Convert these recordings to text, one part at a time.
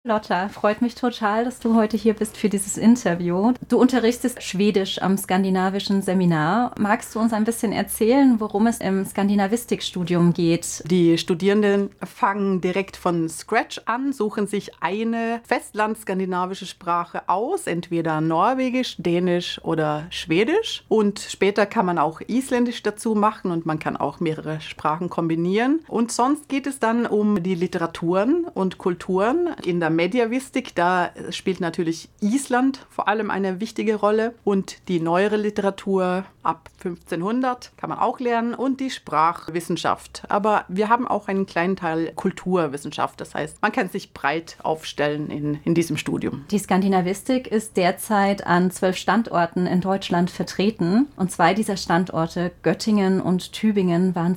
Lotta, freut mich total, dass du heute hier bist für dieses Interview. Du unterrichtest Schwedisch am skandinavischen Seminar. Magst du uns ein bisschen erzählen, worum es im Skandinavistikstudium geht? Die Studierenden fangen direkt von Scratch an, suchen sich eine festlandskandinavische Sprache aus, entweder Norwegisch, Dänisch oder Schwedisch. Und später kann man auch Isländisch dazu machen und man kann auch mehrere Sprachen kombinieren. Und sonst geht es dann um die Literaturen und Kulturen in der Mediavistik. Da spielt natürlich Island vor allem eine wichtige Rolle und die neuere Literatur ab 1500 kann man auch lernen und die Sprachwissenschaft. Aber wir haben auch einen kleinen Teil Kulturwissenschaft. Das heißt, man kann sich breit aufstellen in diesem Studium. Die Skandinavistik ist derzeit an 12 Standorten in Deutschland vertreten. Und 2 dieser Standorte, Göttingen und Tübingen, waren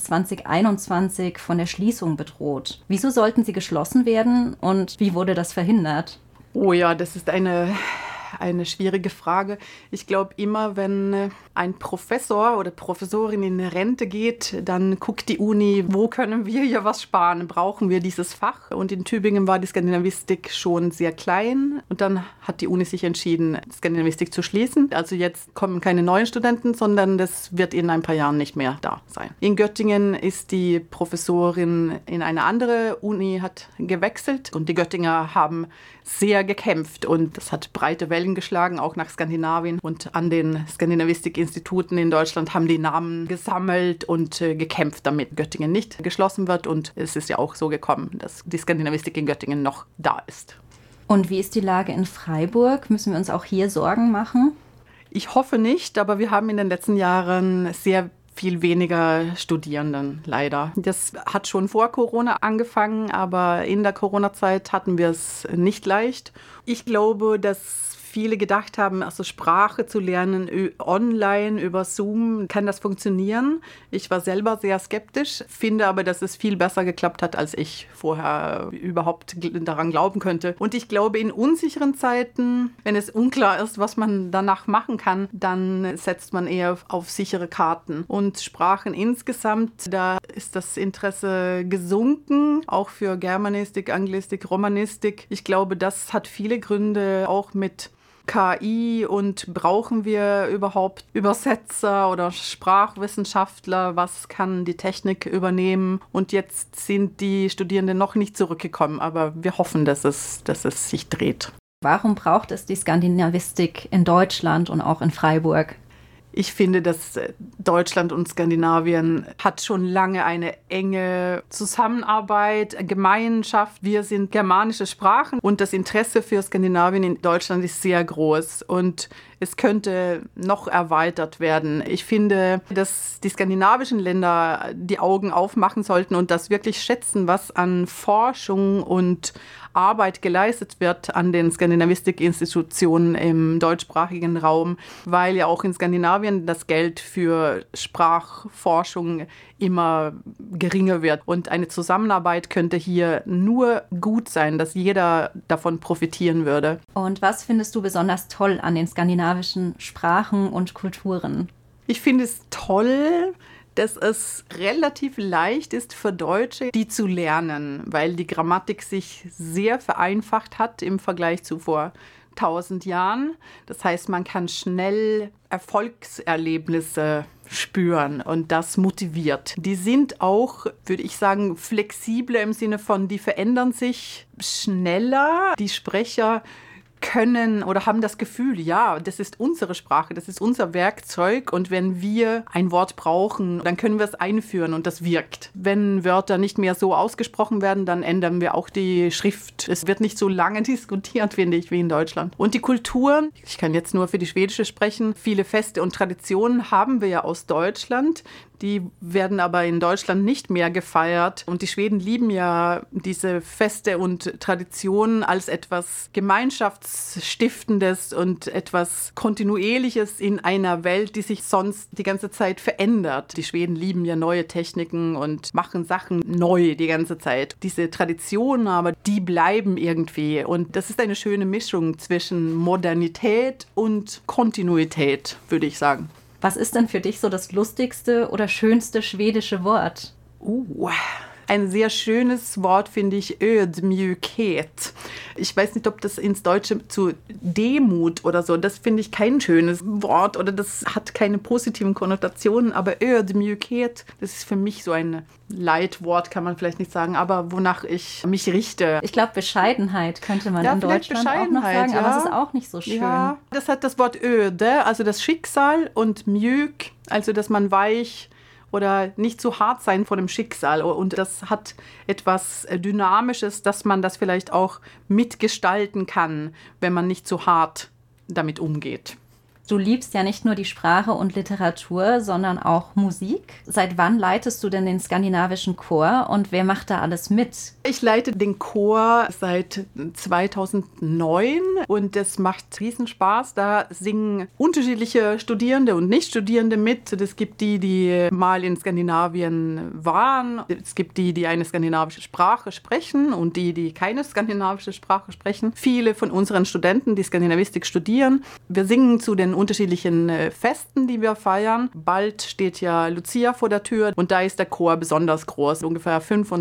2021 von der Schließung bedroht. Wieso sollten sie geschlossen werden und wie wurde das verhindert? Oh ja, das ist eine schwierige Frage. Ich glaube, immer wenn ein Professor oder Professorin in Rente geht, dann guckt die Uni, wo können wir hier was sparen? Brauchen wir dieses Fach? Und in Tübingen war die Skandinavistik schon sehr klein. Und dann hat die Uni sich entschieden, Skandinavistik zu schließen. Also jetzt kommen keine neuen Studenten, sondern das wird in ein paar Jahren nicht mehr da sein. In Göttingen ist die Professorin in eine andere Uni hat gewechselt. Und die Göttinger haben sehr gekämpft. Und das hat breite Wellen geschlagen, auch nach Skandinavien. Und an den Skandinavistik-Instituten in Deutschland haben die Namen gesammelt und gekämpft, damit Göttingen nicht geschlossen wird. Und es ist ja auch so gekommen, dass die Skandinavistik in Göttingen noch da ist. Und wie ist die Lage in Freiburg? Müssen wir uns auch hier Sorgen machen? Ich hoffe nicht, aber wir haben in den letzten Jahren sehr viel weniger Studierenden, leider. Das hat schon vor Corona angefangen, aber in der Corona-Zeit hatten wir es nicht leicht. Ich glaube, dass viele gedacht haben, also Sprache zu lernen online über Zoom, kann das funktionieren? Ich war selber sehr skeptisch, finde aber, dass es viel besser geklappt hat, als ich vorher überhaupt daran glauben könnte. Und ich glaube, in unsicheren Zeiten, wenn es unklar ist, was man danach machen kann, dann setzt man eher auf sichere Karten. Und Sprachen insgesamt, da ist das Interesse gesunken, auch für Germanistik, Anglistik, Romanistik. Ich glaube, das hat viele Gründe, auch mit KI und brauchen wir überhaupt Übersetzer oder Sprachwissenschaftler? Was kann die Technik übernehmen? Und jetzt sind die Studierenden noch nicht zurückgekommen, aber wir hoffen, dass es sich dreht. Warum braucht es die Skandinavistik in Deutschland und auch in Freiburg? Ich finde, dass Deutschland und Skandinavien hat schon lange eine enge Zusammenarbeit, Gemeinschaft. Wir sind germanische Sprachen und das Interesse für Skandinavien in Deutschland ist sehr groß und es könnte noch erweitert werden. Ich finde, dass die skandinavischen Länder die Augen aufmachen sollten und das wirklich schätzen, was an Forschung und Arbeit geleistet wird an den Skandinavistik-Institutionen im deutschsprachigen Raum, weil ja auch in Skandinavien das Geld für Sprachforschung immer geringer wird. Und eine Zusammenarbeit könnte hier nur gut sein, dass jeder davon profitieren würde. Und was findest du besonders toll an den skandinavischen Sprachen und Kulturen? Ich finde es toll, dass es relativ leicht ist für Deutsche, die zu lernen, weil die Grammatik sich sehr vereinfacht hat im Vergleich zu vor 1000 Jahren. Das heißt, man kann schnell Erfolgserlebnisse spüren und das motiviert. Die sind auch, würde ich sagen, flexibler im Sinne von, die verändern sich schneller. Die Sprecher können oder haben das Gefühl, ja, das ist unsere Sprache, das ist unser Werkzeug und wenn wir ein Wort brauchen, dann können wir es einführen und das wirkt. Wenn Wörter nicht mehr so ausgesprochen werden, dann ändern wir auch die Schrift. Es wird nicht so lange diskutiert, finde ich, wie in Deutschland. Und die Kulturen, ich kann jetzt nur für die schwedische sprechen, viele Feste und Traditionen haben wir ja aus Deutschland. Die werden aber in Deutschland nicht mehr gefeiert. Und die Schweden lieben ja diese Feste und Traditionen als etwas Gemeinschaftsstiftendes und etwas Kontinuierliches in einer Welt, die sich sonst die ganze Zeit verändert. Die Schweden lieben ja neue Techniken und machen Sachen neu die ganze Zeit. Diese Traditionen aber, die bleiben irgendwie. Und das ist eine schöne Mischung zwischen Modernität und Kontinuität, würde ich sagen. Was ist denn für dich so das lustigste oder schönste schwedische Wort? Ein sehr schönes Wort finde ich Ödmjukhet. Ich weiß nicht, ob das ins Deutsche zu Demut oder so, das finde ich kein schönes Wort oder das hat keine positiven Konnotationen, aber Ödmjukhet, das ist für mich so ein Leitwort, kann man vielleicht nicht sagen, aber wonach ich mich richte. Ich glaube, Bescheidenheit könnte man in Deutschland auch noch sagen, aber es ist auch nicht so schön. Ja, das hat das Wort öde, also das Schicksal, und mjuk, also dass man weich oder nicht zu hart sein vor dem Schicksal. Und das hat etwas Dynamisches, dass man das vielleicht auch mitgestalten kann, wenn man nicht zu hart damit umgeht. Du liebst ja nicht nur die Sprache und Literatur, sondern auch Musik. Seit wann leitest du denn den skandinavischen Chor und wer macht da alles mit? Ich leite den Chor seit 2009 und es macht Riesenspaß. Da singen unterschiedliche Studierende und Nicht-Studierende mit. Es gibt die mal in Skandinavien waren. Es gibt die eine skandinavische Sprache sprechen und die keine skandinavische Sprache sprechen. Viele von unseren Studenten, die Skandinavistik studieren, wir singen zu den unterschiedlichen Festen, die wir feiern. Bald steht ja Lucia vor der Tür und da ist der Chor besonders groß. Ungefähr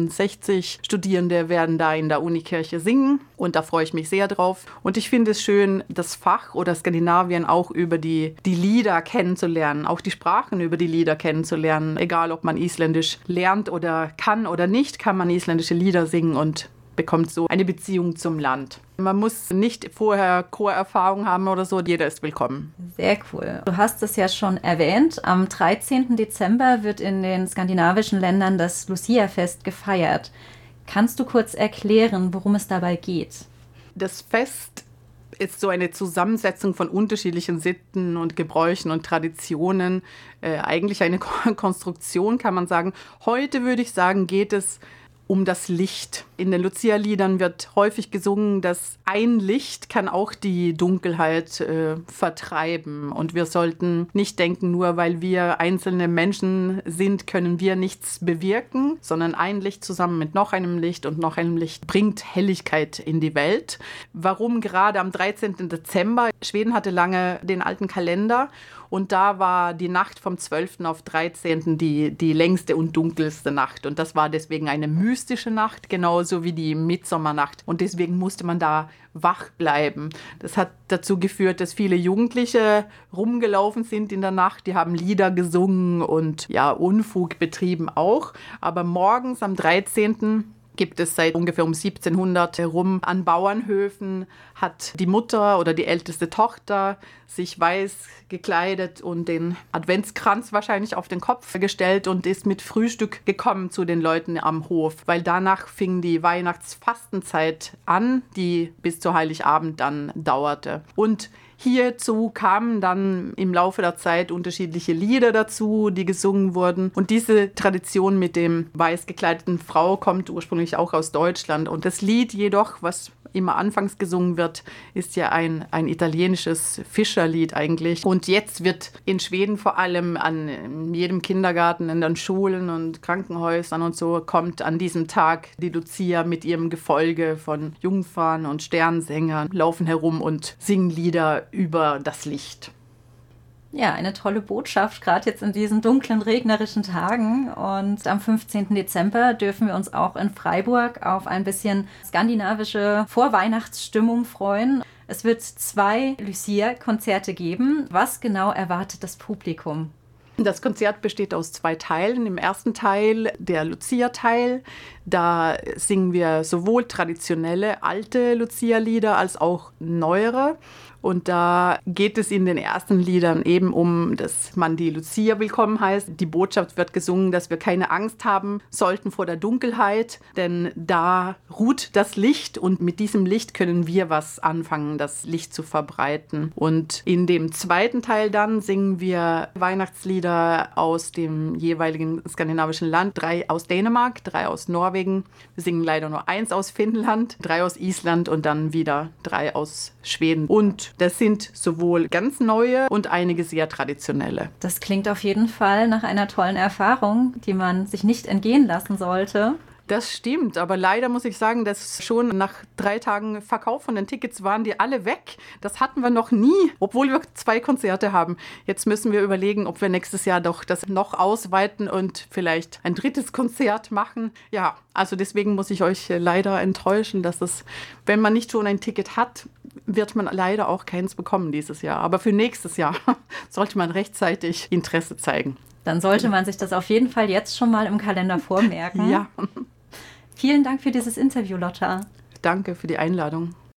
65 Studierende werden da in der Unikirche singen und da freue ich mich sehr drauf. Und ich finde es schön, das Fach oder Skandinavien auch über die Lieder kennenzulernen, auch die Sprachen über die Lieder kennenzulernen. Egal, ob man Isländisch lernt oder kann oder nicht, kann man isländische Lieder singen und bekommt so eine Beziehung zum Land. Man muss nicht vorher Chorerfahrung haben oder so, jeder ist willkommen. Sehr cool. Du hast es ja schon erwähnt, am 13. Dezember wird in den skandinavischen Ländern das Lucia-Fest gefeiert. Kannst du kurz erklären, worum es dabei geht? Das Fest ist so eine Zusammensetzung von unterschiedlichen Sitten und Gebräuchen und Traditionen. Eigentlich eine Konstruktion, kann man sagen. Heute würde ich sagen, geht es um das Licht. In den Lucia-Liedern wird häufig gesungen, dass ein Licht kann auch die Dunkelheit vertreiben. Und wir sollten nicht denken, nur weil wir einzelne Menschen sind, können wir nichts bewirken, sondern ein Licht zusammen mit noch einem Licht und noch einem Licht bringt Helligkeit in die Welt. Warum gerade am 13. Dezember? Schweden hatte lange den alten Kalender. Und da war die Nacht vom 12. auf 13. die längste und dunkelste Nacht. Und das war deswegen eine mystische Nacht, genauso wie die Mitsommernacht. Und deswegen musste man da wach bleiben. Das hat dazu geführt, dass viele Jugendliche rumgelaufen sind in der Nacht. Die haben Lieder gesungen und ja, Unfug betrieben auch. Aber morgens am 13. gibt es seit ungefähr um 1700 herum an Bauernhöfen, hat die Mutter oder die älteste Tochter sich weiß gekleidet und den Adventskranz wahrscheinlich auf den Kopf gestellt und ist mit Frühstück gekommen zu den Leuten am Hof, weil danach fing die Weihnachtsfastenzeit an, die bis zu Heiligabend dann dauerte. Und hierzu kamen dann im Laufe der Zeit unterschiedliche Lieder dazu, die gesungen wurden. Und diese Tradition mit dem weiß gekleideten Frau kommt ursprünglich auch aus Deutschland. Und das Lied jedoch, was immer anfangs gesungen wird, ist ja ein italienisches Fischerlied eigentlich. Und jetzt wird in Schweden vor allem an jedem Kindergarten, in den Schulen und Krankenhäusern und so, kommt an diesem Tag die Lucia mit ihrem Gefolge von Jungfern und Sternsängern, laufen herum und singen Lieder über das Licht. Ja, eine tolle Botschaft, gerade jetzt in diesen dunklen, regnerischen Tagen. Und am 15. Dezember dürfen wir uns auch in Freiburg auf ein bisschen skandinavische Vorweihnachtsstimmung freuen. Es wird 2 Lucia-Konzerte geben. Was genau erwartet das Publikum? Das Konzert besteht aus 2 Teilen. Im ersten Teil, der Lucia-Teil, da singen wir sowohl traditionelle, alte Lucia-Lieder als auch neuere. Und da geht es in den ersten Liedern eben um, dass man die Lucia willkommen heißt. Die Botschaft wird gesungen, dass wir keine Angst haben sollten vor der Dunkelheit, denn da ruht das Licht und mit diesem Licht können wir was anfangen, das Licht zu verbreiten. Und in dem zweiten Teil dann singen wir Weihnachtslieder aus dem jeweiligen skandinavischen Land. 3 aus Dänemark, 3 aus Norwegen. Wir singen leider nur 1 aus Finnland, 3 aus Island und dann wieder 3 aus Schweden. Und das sind sowohl ganz neue und einige sehr traditionelle. Das klingt auf jeden Fall nach einer tollen Erfahrung, die man sich nicht entgehen lassen sollte. Das stimmt, aber leider muss ich sagen, dass schon nach 3 Tagen Verkauf von den Tickets waren die alle weg. Das hatten wir noch nie, obwohl wir 2 Konzerte haben. Jetzt müssen wir überlegen, ob wir nächstes Jahr doch das noch ausweiten und vielleicht ein 3. Konzert machen. Ja, also deswegen muss ich euch leider enttäuschen, dass es, wenn man nicht schon ein Ticket hat, wird man leider auch keins bekommen dieses Jahr. Aber für nächstes Jahr sollte man rechtzeitig Interesse zeigen. Dann sollte man sich das auf jeden Fall jetzt schon mal im Kalender vormerken. Ja. Vielen Dank für dieses Interview, Lotta. Danke für die Einladung.